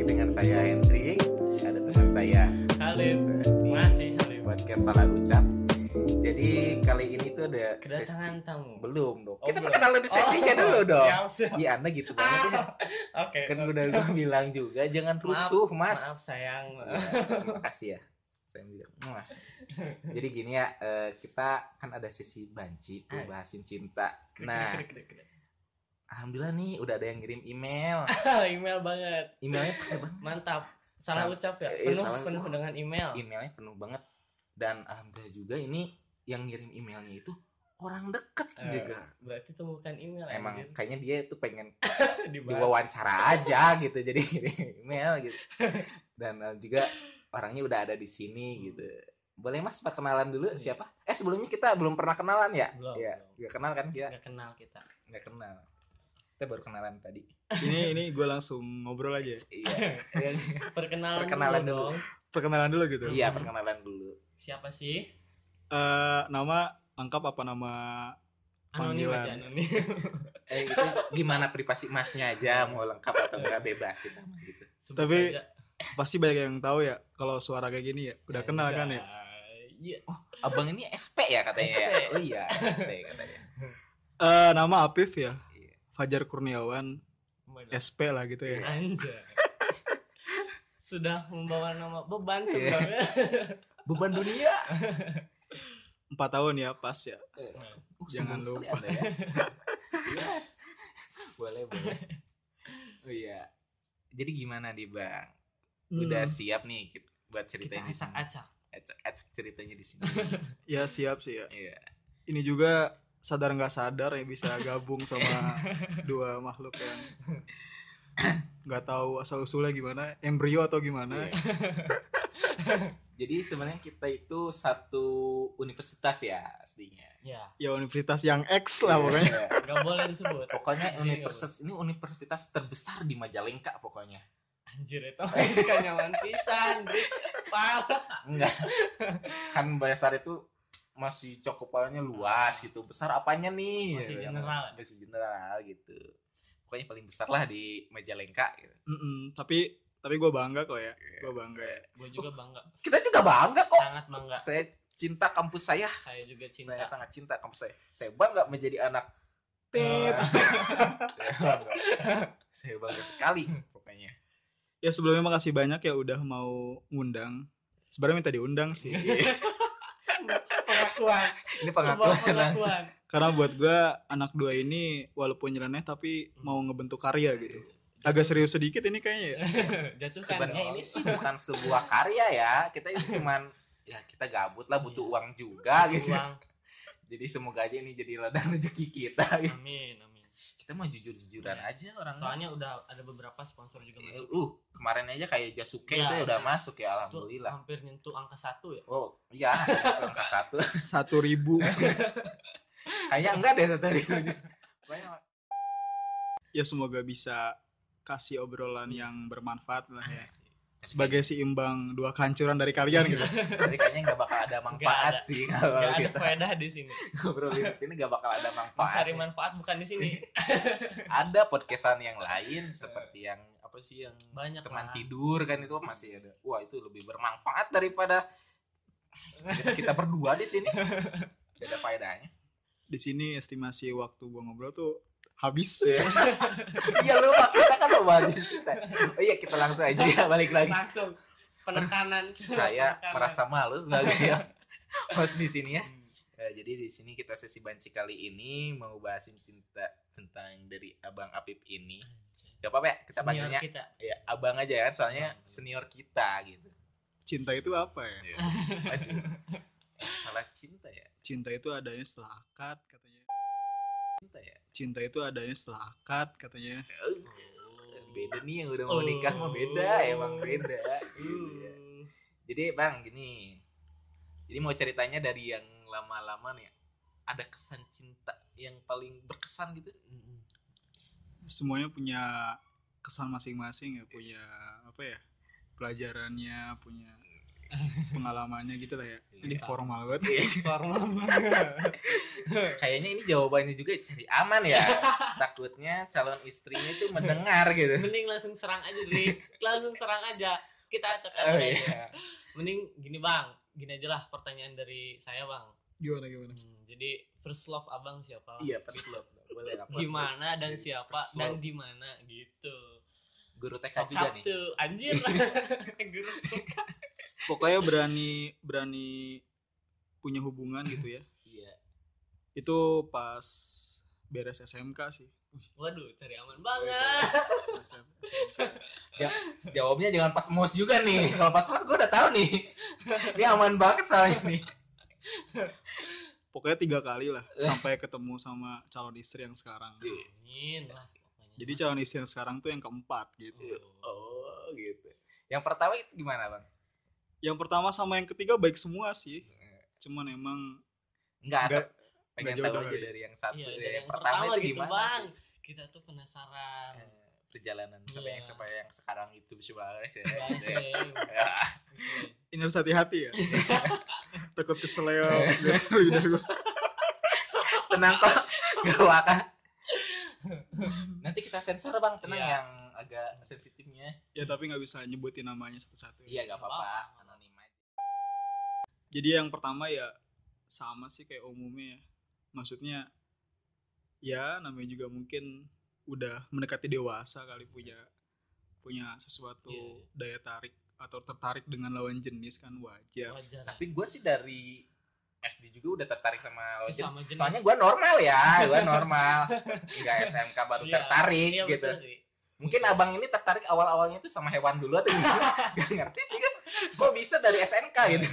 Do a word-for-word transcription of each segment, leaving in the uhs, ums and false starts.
lagi dengan saya Hendrik, ada teman saya Halim, di masih Halim. podcast Salah Ucap. Jadi kali ini tuh ada Kedatangan sesi tamu. belum dong. Oh, Kita belum. perkenalan di sesinya Oh, dulu dong. siap, siap. Iya, Anda gitu banget ya. Oke. Kan oke. udah gue bilang juga jangan rusuh, Mas. Maaf sayang. Ya, terima kasih ya. Saya bilang. Mwah. Jadi gini ya, eh, kita kan ada sesi banci tuh Hai. bahasin cinta. Krik, Nah, krik, krik, krik. alhamdulillah nih udah ada yang ngirim email. Email banget. Emailnya pakai banget. Mantap. Salah Sam- ucap ya. eh, Penuh salah- penuh dengan email. Emailnya penuh banget. Dan alhamdulillah juga ini yang ngirim emailnya itu orang deket Eh, juga. Berarti itu bukan email. Emang anjir. kayaknya dia itu pengen Dibahas. diwawancara aja gitu, jadi ngirim email gitu. Dan uh, juga orangnya udah ada di sini gitu. Boleh Mas perkenalan dulu siapa? Eh sebelumnya kita belum pernah kenalan ya? Belum, Ya, belum. nggak kenal kan kita? Nggak kenal kita. Nggak kenal. Kita baru kenalan tadi. ini ini gue langsung ngobrol aja. Iya. Perkenalan, Perkenalan dulu dulu. dong. Perkenalan dulu gitu. Iya, perkenalan dulu. Siapa sih? Eh, nama lengkap apa nama Anonim Panggilan. aja anonim. Eh itu gimana privasi Masnya aja mau lengkap atau enggak bebas kita mah gitu. Sebut Tapi- aja. pasti banyak yang tahu ya kalau suara kayak gini ya. Udah kenal kan ya. Iya. Abang ini S P ya katanya ya? S P. Oh iya, S P katanya. Eh, nama Apif ya. Iya. Fajar Kurniawan S P lah gitu ya. Anjay. Sudah membawa nama beban Iya. sebenarnya. Beban dunia. Empat tahun ya pas ya. Uh, Jangan sombong sekali lupa. Anda ya. Iya. Boleh, boleh. Oh iya. Jadi gimana nih, Bang? Udah Hmm, siap nih kit- buat kita ceritain di sini. acak-acak. Acak-acak ceritanya di sini. Ya siap sih ya. Iya. Ini juga sadar nggak sadar ya bisa gabung sama dua makhluk yang nggak tahu asal usulnya gimana, embrio atau gimana. Iya. Jadi sebenarnya kita itu satu universitas ya aslinya. Ya, Ya universitas yang X lah pokoknya. Iya. nggak boleh disebut. Pokoknya Iya, universitas ini universitas terbesar di Majalengka pokoknya. Anjir itu kan nyaman pisan, Drik. Parah. Enggak. Kan besar itu masih cakupannya luas gitu. Besar apanya nih? Masih Gitu. general. Masih general gitu. Pokoknya paling besar lah di Majalengka gitu. Mm-mm, tapi tapi gue bangga kok ya. Gue bangga ya. Gue juga bangga. Kita juga bangga kok. Sangat bangga. Saya cinta kampus saya. Saya juga cinta. Saya sangat cinta kampus saya. Saya bangga menjadi anak Tit. Oh. Saya bangga. Saya bangga sekali pokoknya. Ya sebelumnya makasih banyak ya udah mau ngundang. Sebenarnya minta diundang sih. Pengakuan. Ini Sebuah pengakuan. pengakuan. Karena buat gue anak dua ini walaupun nyeleneh tapi mau ngebentuk karya gitu. Agak serius sedikit ini kayaknya ya. Jatuhkan. Sebenarnya dong. ini sih bukan sebuah karya ya. Kita ini cuman ya kita gabut lah, butuh uang juga gitu. Uang. Jadi semoga aja ini jadi ladang rezeki kita. Gitu. Amin, amin. Kita mau jujur-jujuran Iya. aja orang. Soalnya udah ada beberapa sponsor juga Eh, masuk. uh kemarin aja kayak Jasuke Iya, itu ya udah iya. masuk ya Itu alhamdulillah. hampir nyentuh angka satu ya. Oh iya, angka satu. Satu ribu. Kayaknya enggak deh satu ribu. Banyak. Ya semoga bisa kasih obrolan yang bermanfaat lah ya. Asik. Sebagai seimbang dua kehancuran dari kalian gitu. Tapi kayaknya nggak bakal ada manfaat ada. sih kalau Gak ada kita faedah di sini. ngobrolin di sini nggak bakal ada manfaat. Cari manfaat bukan di sini. Ada podcastan yang lain seperti yang apa sih yang Banyak teman lah. tidur kan itu masih ada. Wah itu lebih bermanfaat daripada cerita kita berdua di sini. Beda faedahnya. Di sini estimasi waktu gua ngobrol tuh habis. Iya lupa kita kan mau bahas cinta. Oh iya kita langsung aja ya balik lagi. Langsung penekanan. Saya Penekanan. merasa malu sebagai yang host di sini ya. Hmm. Eh, jadi di sini kita sesi banci kali ini mau bahasin cinta tentang dari Abang Apip ini. Gak apa-apa ya kita Senior panggilnya kita. ya abang aja kan soalnya Abang. senior kita gitu. Cinta itu apa ya? Ya. Aduh. Masalah cinta ya. Cinta itu adanya setelah akad katanya. Cinta ya. Cinta itu adanya setelah akad katanya. Eh, Beda nih yang udah mau Oh. nikah mah beda emang beda. Iya. Uh. Jadi Bang gini. Jadi mau ceritanya dari yang lama-lama nih. Ada kesan cinta yang paling berkesan gitu. Semuanya punya kesan masing-masing ya, punya apa ya? Pelajarannya, punya pengalamannya gitu lah ya. Ini Iya. formal banget. Iya. Formal banget. Kayaknya ini jawabannya juga cari aman ya. Takutnya calon istrinya itu mendengar gitu. Mending langsung serang aja, Dri. Langsung serang aja. Kita acak Oh aja. iya. Mending gini, Bang. Gini aja lah pertanyaan dari saya, Bang. Gimana gimana? Hmm, jadi first love Abang siapa? Iya, first love. Boleh apa? Gimana dan Jadi, siapa first dan love. di mana gitu. Guru T K juga nih. tuh, anjir. Guru T K. Pokoknya berani berani punya hubungan gitu ya. Iya. Itu pas beres S M K sih. Waduh, cari aman banget. Jawabnya jangan pas mos juga nih. Kalau pas mos gue udah tahu nih. Ini aman banget soalnya nih. Pokoknya tiga kali lah sampai ketemu sama calon istri yang sekarang. Amin lah pokoknya. Jadi calon istri yang sekarang tuh yang keempat gitu. Oh, gitu. Yang pertama itu gimana, Bang? Yang pertama sama yang ketiga baik semua sih. Cuman emang Enggak, Nggak- asal pengen nggak tahu jodoh aja ya. dari yang satu. Iya, dari dari yang, yang pertama, pertama itu gitu, gimana? Bang. sih? Kita tuh penasaran. Eh, Perjalanan sampai Iya. yang sampai yang sekarang itu sebenarnya. Bang, Ya. saya- ini harus hati-hati ya. Takut keseleo gitu. lidah gua. Tenang kok, gak akan. Nanti kita sensor, Bang, tenang Iya. yang agak sensitifnya. Ya tapi nggak bisa nyebutin namanya satu-satu. Iya, gak apa-apa, anonim aja. Jadi yang pertama ya sama sih kayak umumnya ya. Maksudnya ya namanya juga mungkin udah mendekati dewasa kali punya punya sesuatu Iya. daya tarik atau tertarik dengan lawan jenis kan wajar. Wajar. Tapi gue sih dari S D juga udah tertarik sama lawan Sesama jenis. jenis. Soalnya gue normal ya, gue normal. Enggak S M K baru Iya, tertarik iya, gitu. betul sih. Mungkin abang ini tertarik awal-awalnya tuh sama hewan dulu atau gimana? Gak ngerti sih kan. Kok bisa dari S N K gitu.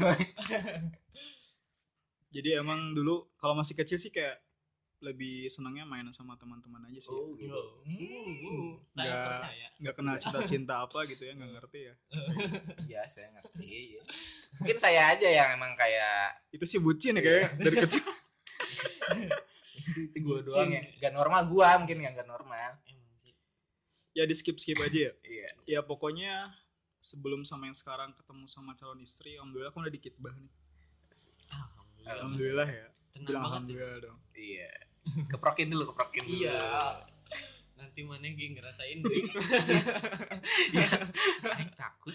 Jadi emang dulu kalau masih kecil sih kayak lebih senangnya main sama teman-teman aja sih. Oh, Yo. Hmm. Saya Nggak- percaya. Nggak kenal cinta-cinta apa gitu ya, nggak ngerti ya. Iya, saya ngerti. Iya. Mungkin saya aja yang emang kayak Itu sih bucin ya kayak dari kecil. itu gue doang yang gak normal, gua mungkin yang gak normal. Emang sih. Ya di skip-skip aja ya. Iya. Ya pokoknya sebelum sama yang sekarang ketemu sama calon istri, alhamdulillah kan udah dikitbah nih. Alhamdulillah. Alhamdulillah ya. Tenang Bilang banget. alhamdulillah dong. Iya. Keprokin dulu, keprokin dulu. Iya. Nanti mana yang ngerasain Dri. Iya. Aing takut.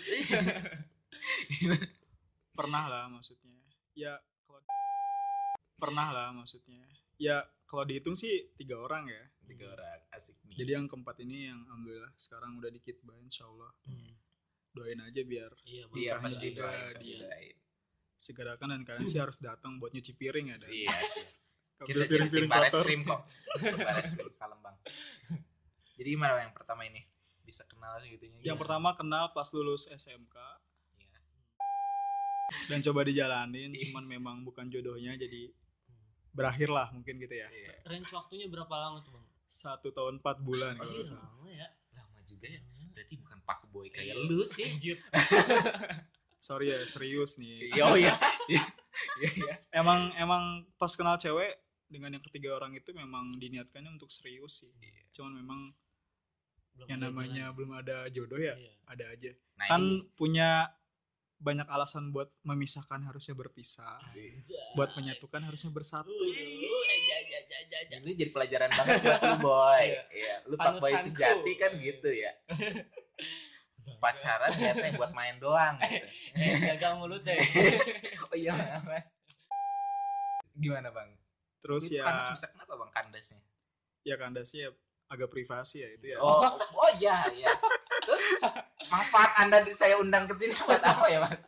Pernah lah maksudnya. Ya kalau pernah lah maksudnya. Ya kalau dihitung sih tiga orang ya. Tiga orang asik nih. Jadi yang keempat ini yang alhamdulillah sekarang udah dikitbah insyaallah. Hmm. Doain aja biar Iya, Bang. Iya nikahnya pasti juga doain, pasti di- doain. segerakan dan kalian sih harus datang buat nyuci piring ya. Dan Iya. ambil Kita jadi tim piring-piring bares kotor. krim kok. Tim bares krim kalem bang. Jadi gimana yang pertama ini? Bisa kenal segitunya? Yang gimana? pertama kenal pas lulus S M K Iya. dan coba dijalanin, Iya. cuman memang bukan jodohnya jadi berakhir lah mungkin gitu ya. Iya. Range waktunya berapa lama tuh, Bang? Satu tahun empat bulan kalau Anjir, nggak salah. lama ya. Lama juga ya. Berarti bukan fuckboy kayak Iya. lu sih. Anjir. Sorry ya, serius nih. Iya, oh iya. Iya, iya, iya. Emang emang pas kenal cewek dengan yang ketiga orang itu memang diniatkannya untuk serius sih. Iya. Cuman memang Belum yang ada namanya jalan. belum ada jodoh ya, Iya. ada aja. Nah, Kan ini punya banyak alasan buat memisahkan harusnya berpisah, Anjay. buat menyatukan harusnya bersatu. Uh, aja, aja, aja, aja, aja. ini jadi pelajaran banget buat lu boy. Iya. Iya, lu fuckboy Panutanku. sejati kan gitu ya. Pacaran ternyata buat main doang gitu. Eh, gagal mulut deh. Oh iya mas. Gimana bang? Terus Itu ya, kandas bisa kenapa bang kandasnya? ya kandasnya agak privasi ya itu ya. Oh, oh iya iya. Terus manfaat anda di- saya undang ke sini buat apa ya mas?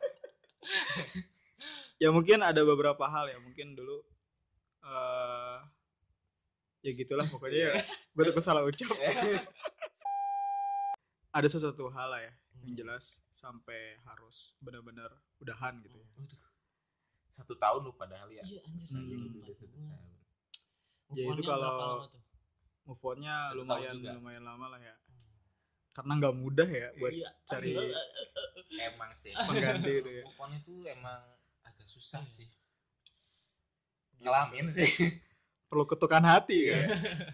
Ya mungkin ada beberapa hal ya, mungkin dulu eh ya gitulah pokoknya ya. Gue tuh salah ucap. Ada sesuatu hal lah ya yang jelas sampai harus benar-benar udahan gitu ya. Waduh. Satu tahun lu padahal ya. Iya, anjir. Hmm. Jadi satu udah satu tahun. tahun. Ya, itu Move on-nya kalau- berapa lama tuh? Move on-nya Satu tahun lumayan juga. lumayan lama lah ya. Karena nggak mudah ya buat Iya. cari Emang sih. pengganti itu ya. Move on itu emang agak susah Iya. sih. Ngalamin sih. Perlu ketukan hati kan.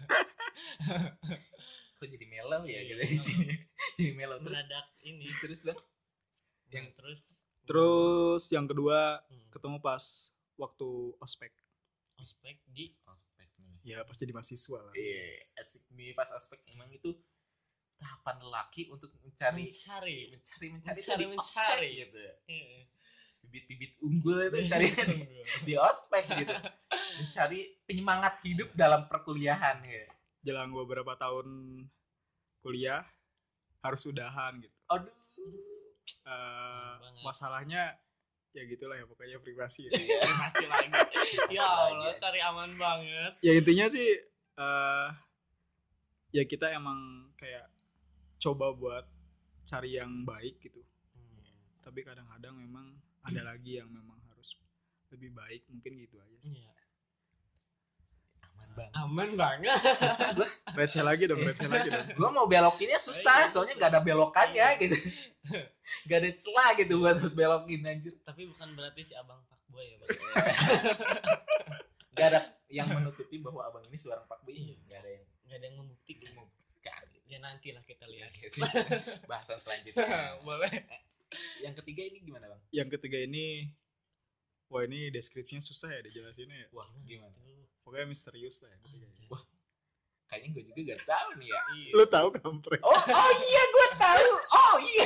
Kok jadi mellow ya Iya, kita di sini. Jadi mellow terus Mendadak ini. terus terus dong. Yang terus Terus yang kedua Hmm. ketemu pas waktu ospek. Ospek di Ospek nih. Ya pas jadi mahasiswa lah. Iya, asik nih pas ospek emang itu tahapan lelaki untuk mencari mencari. mencari mencari Mencari, di mencari. ospek gitu. Iya. Bibit-bibit unggul itu cari di ospek gitu. Mencari penyemangat hidup dalam perkuliahan ya. Jelang beberapa tahun kuliah harus udahan gitu. Aduh. Eh, banget. masalahnya ya gitulah ya pokoknya privasi ya. Iya. Masih lagi. Ya Allah, cari aman banget. Ya intinya sih eh ya kita emang kayak coba buat cari yang baik gitu. Hmm. Tapi kadang-kadang memang ada lagi yang memang harus lebih baik, mungkin gitu aja sih. Iya. Aman banget. Aman banget. Susah gua. Receh lagi dong, receh lagi dong. Gua mau belokinnya susah, soalnya nggak ada belokannya gitu. Gak ada celah gitu buat belokin anjir. Tapi bukan berarti si abang fuckboy ya, Bang. Gak ada yang menutupi bahwa abang ini seorang fuckboy. Iya. Gak ada yang Nggak ada yang membuktikan. membuktikan. Ya nantilah kita lihat. Bahasan selanjutnya. Boleh. Yang ketiga ini gimana bang? Yang ketiga ini, wah ini deskripsinya susah ya dijelasinnya ya. Wah gimana? Tuh. Pokoknya misterius lah yang ketiga ini. Anjay. Wah. Kayaknya gue juga gak tahu nih ya. Iya. Lu tahu kampret? Oh, oh iya gue tahu. Oh iya.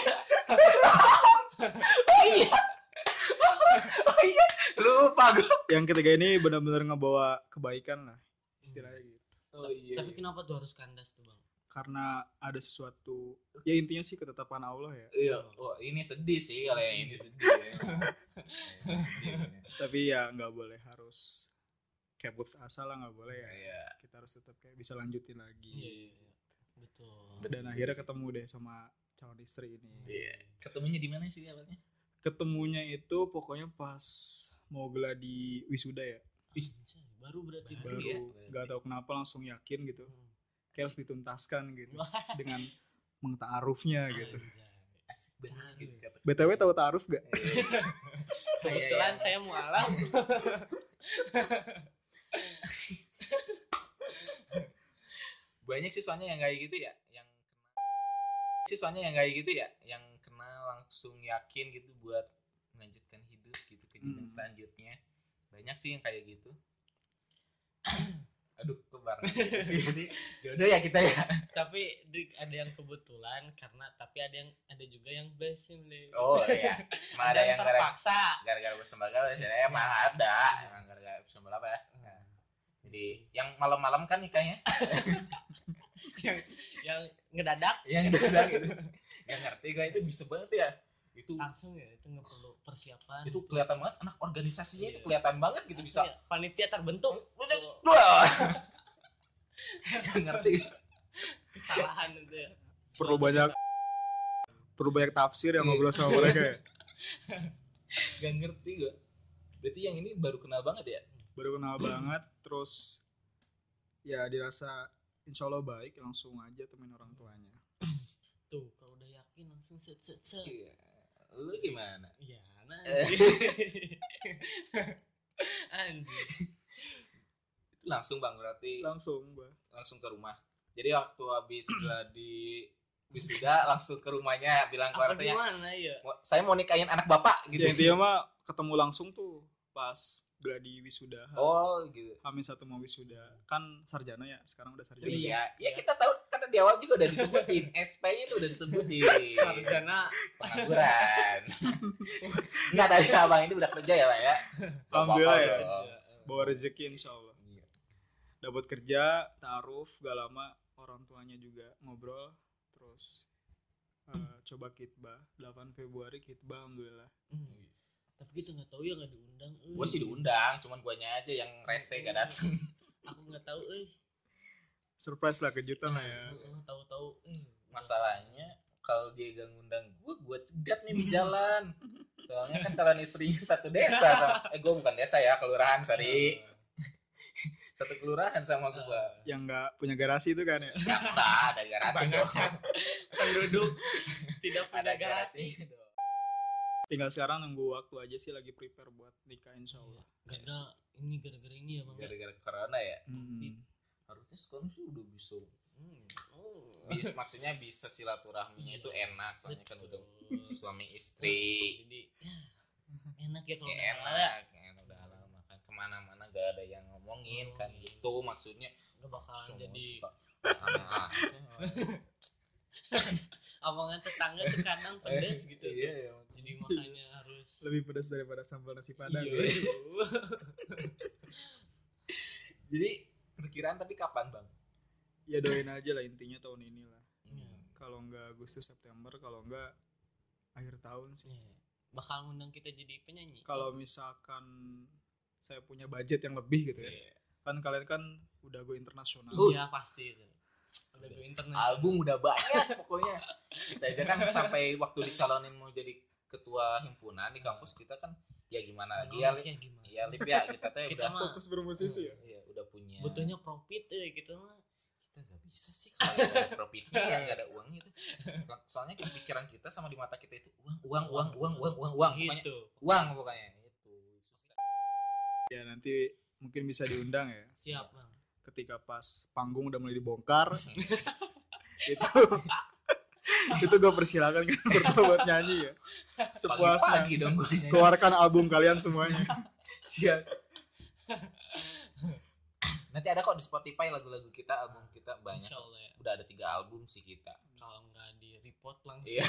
Oh iya. Oh iya. Lupa gue. Yang ketiga ini benar-benar ngebawa kebaikan lah istilahnya gitu. Oh iya. Tapi kenapa tuh harus kandas tuh, Bang? Karena ada sesuatu, ya intinya sih ketetapan Allah ya. Iya. Oh ini sedih sih kalau yang ini sedih. Ya. Ini sedih. Tapi ya nggak boleh harus kayak putus asa lah, nggak boleh ya. Iya. Kita harus tetap kayak bisa lanjutin lagi. Iya. Betul. Dan akhirnya ketemu deh sama calon istri ini. Iya. Ketemunya di mana sih awalnya? Ketemunya itu pokoknya pas mau geladi wisuda ya. Ih. Anjay, baru berarti Baru Baru ya, nggak tahu kenapa langsung yakin gitu. Hmm. Kayak harus dituntaskan gitu dengan mengtaarufnya gitu. Anjay. Asik banget gitu kata. B T W tahu taaruf gak? Kebetulan Iya, iya. saya mualaf. Banyak sih soalnya yang kayak gitu ya, yang kena sih soalnya yang kayak gitu ya, yang kena langsung yakin gitu buat melanjutkan hidup gitu ke jenjang Hmm. selanjutnya. Banyak sih yang kayak gitu. Aduh, kok bareng gitu sih. Jadi jodoh ya kita ya. Tapi di- ada yang kebetulan karena tapi ada yang ada juga yang blessing nih. Oh iya. Emang ada yang gara- terpaksa. gara-gara bersembagala ya, emang ada. Emang gara-gara bersembagala apa ya? Nah, jadi yang malam-malam kan nikahnya, yang yang ngedadak yang udah gitu. Gak ngerti gue itu bisa banget ya. Itu langsung ya, itu nggak perlu persiapan. itu kelihatan banget anak organisasinya itu Iya. kelihatan banget gitu bisa. Langsung ya, panitia terbentuk. Wah. Gak ngerti. Kesalahan itu ya. Perlu banyak perlu banyak tafsir yang Iya. ngobrol sama mereka ya. Gak ngerti gue. Berarti yang ini baru kenal banget ya? Baru kenal banget, terus ya dirasa insya Allah baik, langsung aja temuin orang tuanya. Tuh, kalau udah yakin langsung set set set. Iya. Lu gimana? Iya, nah. Eh. Anjir. Itu langsung bang berarti Langsung gua. langsung ke rumah. Jadi waktu habis gladi wisuda langsung ke rumahnya bilang ke Apa orang tuanya, gimana ya? "Mau- saya mau nikahin anak bapak gitu. Ya intinya mah ketemu langsung tuh pas gladi wisuda. Oh gitu. Hamin satu mau wisuda. Kan sarjana ya, sekarang udah sarjana. Iya, ya kita tahu karena di awal juga udah disebutin S P-nya itu udah disebutin. Sarjana Pengangguran. Enggak, tadi abang ini udah kerja ya bang ya. Alhamdulillah ya. Dong. Bawa rezeki insya Allah. Iya. Dapat kerja, taaruf, gak lama orang tuanya juga ngobrol, terus eh, coba kitbah delapan Februari kitbah alhamdulillah. Hmm. Tapi kita nggak tahu ya nggak diundang. Gue sih diundang, cuman guanya aja yang rese gak dateng. Aku nggak tahu. Eh, Surprise lah, kejutan lah ya. Heeh, tahu-tahu. Eh, Masalahnya kalau dia gak ngundang gue, gue cegat nih di jalan. Soalnya kan calon istrinya satu desa sama, eh gue bukan desa ya, kelurahan, sorry. Satu kelurahan sama gue. Yang nggak punya garasi itu kan ya. Enggak, ada garasi dong. Kebanyakan penduduk tidak punya Ada garasi. garasi dong. Tinggal sekarang nunggu waktu aja sih, lagi prepare buat nikah insya Allah. Gara ini gara-gara ini ya bang. Gara-gara corona ya. Hmm. harusnya sekarang sih udah bisa. Hmm. Oh. Bis, maksudnya bisa silaturahminya Iya. itu enak soalnya kan Betul. udah suami istri. Jadi ya enak ya kalau Ya udah halal ya. enak, ya udah halal makan kemana-mana gak ada yang ngomongin kan Oh, iya. gitu maksudnya. Gak bakalan Semua jadi suka aneh aja. omongan tetangga tuh kadang pedes gitu Iya, tuh. iya. Jadi makanya harus Lebih pedas daripada sambal nasi padang. Iya, ya. aduh. Jadi perkiraan tapi kapan bang? Ya doain aja lah intinya tahun ini lah. Iya. Kalau enggak Agustus September, kalau enggak akhir tahun sih. Iya. Bakal ngundang kita jadi penyanyi. Kalau misalkan saya punya budget yang lebih gitu ya. Iya. Kan kalian kan udah go internasional. Iya pasti itu. Udah go internasional. Album udah banyak pokoknya. Kita aja kan sampai waktu dicalonin mau jadi ketua himpunan di kampus kita kan ya gimana lagi ya Oh, Lip. kayak gimana? Iya Lip ya kita tuh Kita udah mah Fokus bermusisi ya. iya udah punya. butuhnya profit eh gitu mah. Kita gak bisa sih kalau nggak ada profitnya ya nggak ada uang gitu. Soalnya kan pikiran kita sama di mata kita itu uang uang uang uang uang uang uang pokoknya Gitu. uang pokoknya itu susah. Ya nanti mungkin bisa diundang ya. Siap, Bang. Ketika pas panggung udah mulai dibongkar itu itu gue persilakan kan berdua buat nyanyi ya. Sepuasnya. Pagi-pagi dong gue nyanyi. Keluarkan album kalian semuanya. Siap. Nanti ada kok di Spotify lagu-lagu kita, album kita banyak. Insya Allah ya. Udah ada tiga album sih kita. Kalau nggak di report langsung. Iya.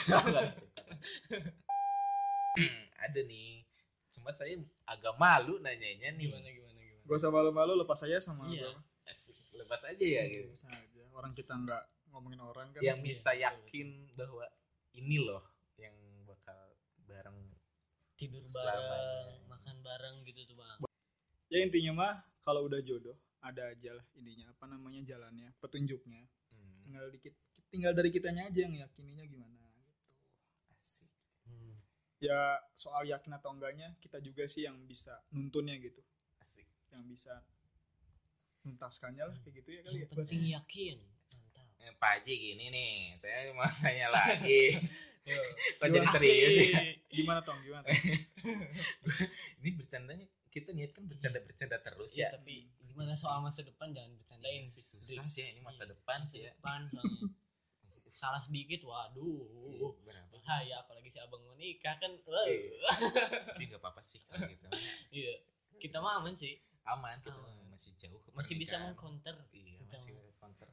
Ada nih. Cuma saya agak malu nanyanya nih. Gimana gimana gimana. Gak usah malu-malu, lepas aja sama Iya. gua. Asik, lepas aja ya gitu. Lepas aja. Orang kita nggak ngomongin orang kan. Yang Iya, bisa betul. yakin bahwa ini loh yang bakal bareng. Tidur Selamanya. bareng, makan bareng gitu tuh, Bang. Ya intinya mah kalau udah jodoh ada aja lah ininya apa namanya jalannya, petunjuknya. Hmm, Tinggal dikit tinggal dari kitanya aja yang yakininya gimana gitu. asik. Hmm. Ya soal yakin atau enggaknya kita juga sih yang bisa nuntunnya gitu. Asik. Yang bisa menuntaskannya lah kayak gitu ya kali Yang ya. penting yakin. Mantap. Eh, Pak Haji gini nih, saya mau tanya lagi. Yo, Kok jadi serius sih? gimana Tong? Gimana? Ini bercandanya kita niat kan bercanda-bercanda terus Iya, ya. tapi gimana soal masa depan jangan bercandain Ini sih. sih susah sih ya, ini masa depan Masa sih ya. depan soalnya. Salah sedikit, waduh. Berapa? Bahaya apalagi si abang mau nikah kan. Wah. Iya. Tapi nggak apa-apa sih kalau gitu. Iya. Kita mah aman sih. Aman kita Aman. masih jauh ke Masih bisa pernikahan. mengcounter. Iya, Kita masih mah. counter.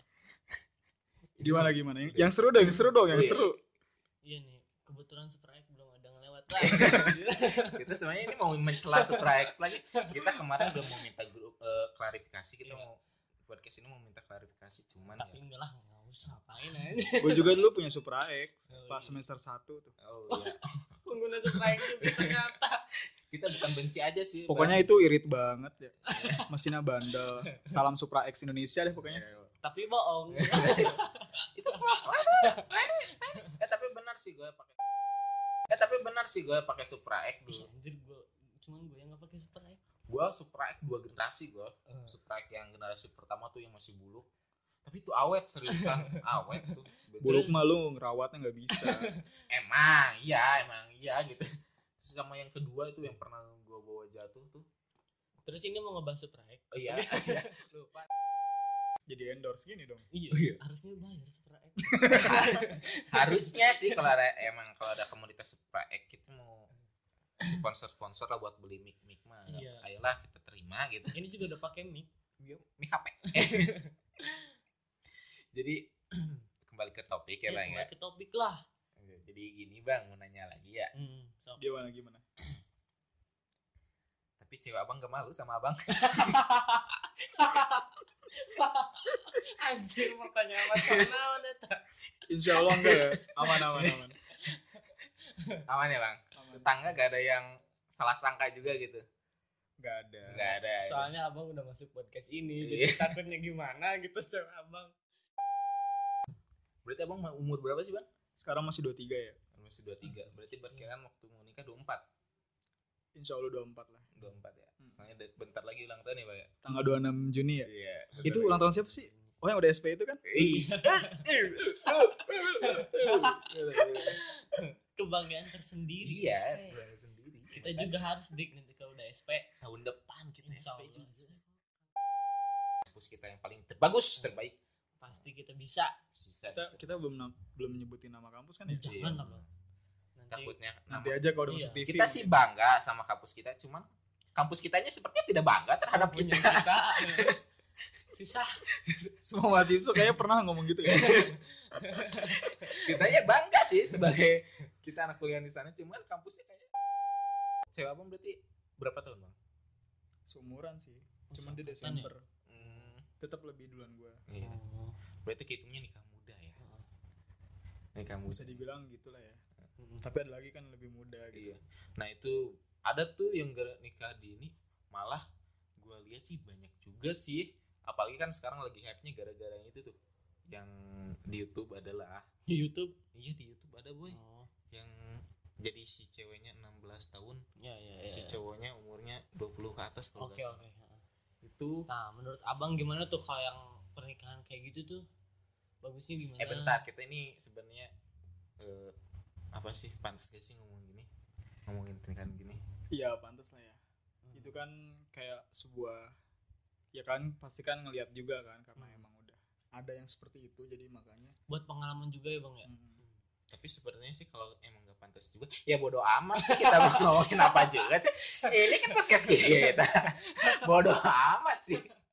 Gimana gimana? Yang, yang seru dong, yang seru dong, yang Wih. seru. Iya nih, kebetulan Sprite belum ada ngelewat lah. Kita sebenarnya ini mau mencela Supra X lagi. Kita kemarin udah mau minta grup eh, klarifikasi, kita Iya. mau podcast ini mau minta klarifikasi cuman Tapi ya. enggak lah, enggak usah ngapain aja. Gue juga dulu punya Supra X Oh, pas iya. semester satu tuh. Oh iya. Pengguna Sprite juga ternyata. Kita bukan benci aja sih. Pokoknya Bang. itu irit banget ya. Mesinnya bandel. Salam Supra X Indonesia deh pokoknya. Iya. Tapi bohong. Itu salah. Eh tapi benar sih gue pakai. Eh tapi benar sih gue pakai Supra X Ih, dulu. anjir gua cuman gue yang enggak pakai Sprite. Gue Supra X dua generasi gue. Eh. Supra X yang generasi pertama tuh yang masih buluk. Tapi itu awet seriusan, awet tuh. Betul. Buluk mah lu ngerawatnya nggak bisa. Emang, iya emang iya gitu. Terus sama yang kedua itu yang pernah gue bawa jatuh tuh. Terus ini mau ngebahas Sprite. Oh iya, iya. Lupa. Jadi endorse gini dong. Iya, Oh, iya. harusnya bayar Sprite. Harusnya sih kalau ada emang kalau ada komunitas Supra X kita mau sponsor-sponsor lah buat beli mic mic mah. Iya. Ayolah kita terima gitu. Ini juga udah pakai mic. Mic H P. Jadi kembali ke topik ya Ya, bang ya. kembali ke topik lah. Jadi gini bang mau nanya lagi ya. Hmm, sok. Gimana gimana? Tapi cewek abang gak malu sama abang? Anjir pertanyaan macam naon eta. Insya Allah enggak ya. Aman aman aman. Aman ya bang? Aman. Tetangga gak ada yang salah sangka juga gitu? Enggak ada. Gak ada. Soalnya abang udah masuk podcast ini, Iya. jadi takutnya gimana gitu cewek abang. Berarti abang umur berapa sih bang? Sekarang masih dua puluh tiga ya. Masih dua puluh tiga. Berarti perkiraan waktu mau nikah dua puluh empat. Insya Allah dua puluh empat lah. dua puluh empat ya. Hmm. Soalnya de- bentar lagi ulang tahun ya, Pak ya. Tanggal dua puluh enam Juni ya. Iya. Itu ulang tahun siapa sih? Oh yang udah S P itu kan? Iya. Kebanggaan tersendiri. Iya, S P. bulan sendiri. Kita juga harus dik nanti kalau udah S P. tahun depan kita Insya S P Allah. juga. kampus kita yang paling terbagus, terbaik. Pasti kita bisa. Bisa, Kita bisa. kita belum nam- belum nyebutin nama kampus kan ya? Jangan Iya. apa. Nanti Takutnya Nanti nama- aja kalau udah Iya. masuk T V. kita sih bangga sama kampus kita, cuman kampus kitanya sepertinya tidak bangga terhadap punya kita. kita. Susah. semua mahasiswa kayaknya pernah ngomong gitu ya. Kitanya bangga sih sebagai kita anak kuliah di sana, cuman kampusnya kayaknya cewek abang berarti berapa tahun bang? Seumuran sih. Cuman dia Seangkatan ya? Desember. Hmm, Tetap lebih duluan gua. iya. Oh. Berarti kehitungnya nikah muda ya. Heeh. Nikah muda. Bisa dibilang gitulah ya. Mm-mm. Tapi ada lagi kan lebih muda gitu. Iya. Nah itu ada tuh yang gara- nikah dini, malah gue lihat sih banyak juga sih. Apalagi kan sekarang lagi hype-nya gara-gara yang itu tuh, yang di YouTube adalah, Di YouTube. iya di YouTube ada boy, Oh. yang jadi si ceweknya enam belas tahun, Ya ya ya. si cowoknya umurnya dua puluh ke atas kalau Oke nggak oke. salah. Itu Nah, menurut Abang gimana tuh kalau yang pernikahan kayak gitu tuh? Bagusnya gimana? eh bentar, kita ini sebenarnya eh, apa sih, pantas gak sih ngomong gini, ngomongin pernikahan gini? Iya, pantas lah ya. Hmm. Itu kan kayak sebuah, ya kan pasti kan ngelihat juga kan karena Hmm. emang udah ada yang seperti itu jadi makanya. Buat pengalaman juga ya, Bang ya. Hmm. Tapi sebenarnya sih kalau emang gak pantas juga, ya bodo amat sih kita mau ngomongin apa juga sih. Ini kan podcast kita, bodo amat sih.